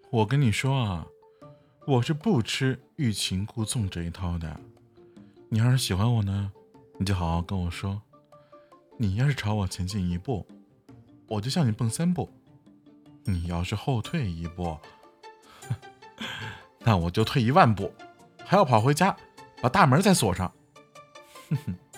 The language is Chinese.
我跟你说啊，我是不吃欲擒故纵这一套的。你要是喜欢我呢，你就好好跟我说。你要是朝我前进一步，我就向你蹦3步；你要是后退一步，那我就退1万步，还要跑回家把大门再锁上。哼哼。